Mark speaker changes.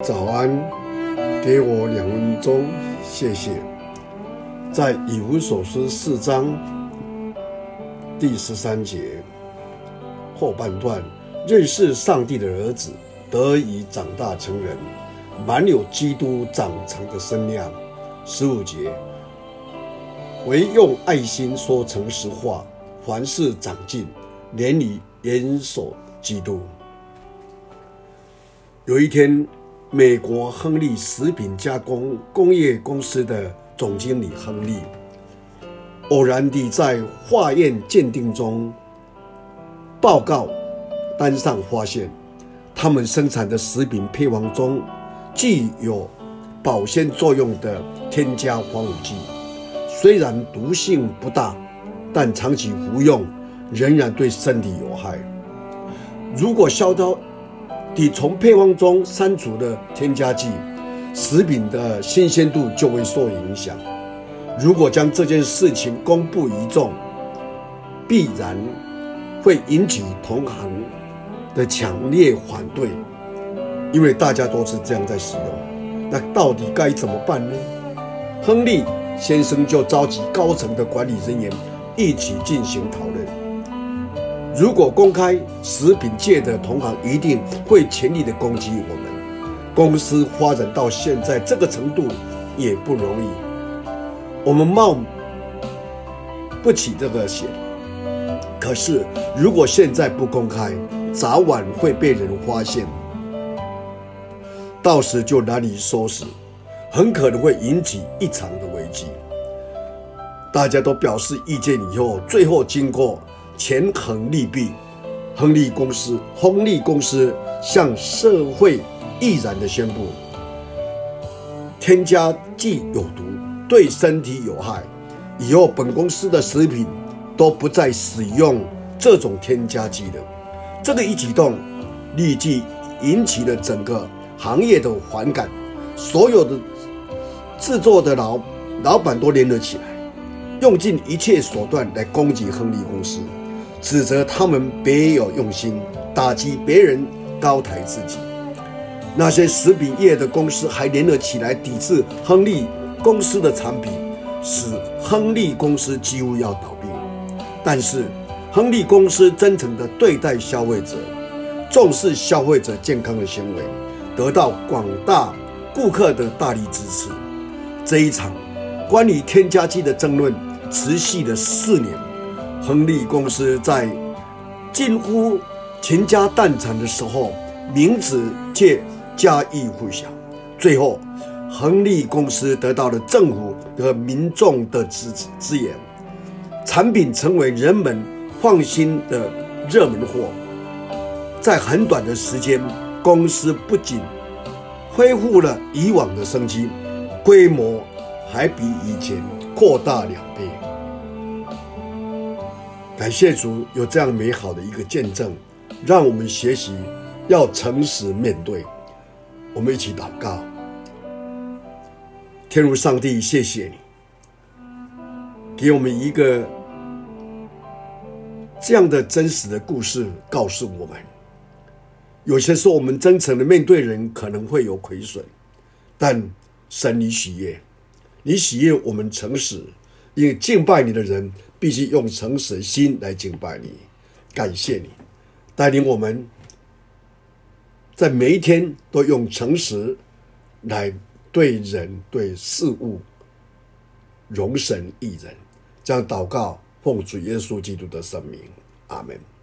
Speaker 1: 早安，给我2分钟，谢谢。在以弗所书4章第13节后半段，认识上帝的儿子得以长大成人，满有基督长成的身量。15节，唯用爱心说诚实话，凡事长进，连于严守基督。有一天，美国亨利食品加工工业公司的总经理亨利偶然地在化验鉴定中报告单上发现，他们生产的食品配方中具有保鲜作用的添加防腐剂，虽然毒性不大，但长期服用仍然对身体有害。如果消刀地从配方中删除了添加剂，食品的新鲜度就会受影响。如果将这件事情公布于众，必然会引起同行的强烈反对，因为大家都是这样在使用。那到底该怎么办呢？亨利先生就召集高层的管理人员一起进行讨论。如果公开，食品界的同行一定会全力的攻击我们。公司发展到现在这个程度也不容易，我们冒不起这个险。可是如果现在不公开，早晚会被人发现，到时就难以收拾，很可能会引起一场的危机。大家都表示意见以后，最后经过权衡利弊，亨利公司向社会毅然地宣布，添加剂有毒，对身体有害，以后本公司的食品都不再使用这种添加剂了。这个一举动立即引起了整个行业的反感，所有的制作的老板都联合起来，用尽一切手段来攻击亨利公司，指责他们别有用心，打击别人，高抬自己。那些食品业的公司还联合起来抵制亨利公司的产品，使亨利公司几乎要倒闭。但是亨利公司真诚地对待消费者，重视消费者健康的行为，得到广大顾客的大力支持。这一场关于添加剂的争论持续了4年。亨利公司在近乎倾家荡产的时候，名字却家喻户晓。最后亨利公司得到了政府和民众的支援，产品成为人们放心的热门货。在很短的时间，公司不仅恢复了以往的生机，规模还比以前扩大2倍。感谢主有这样美好的一个见证，让我们学习要诚实面对。我们一起祷告。天父上帝，谢谢你给我们一个这样的真实的故事，告诉我们有些时候我们真诚的面对人可能会有亏损，但神你喜悦，你喜悦我们诚实，因为敬拜你的人必须用诚实的心来敬拜你。感谢你带领我们在每一天都用诚实来对人对事物荣神益人。这样祷告，奉主耶稣基督的圣名，阿们。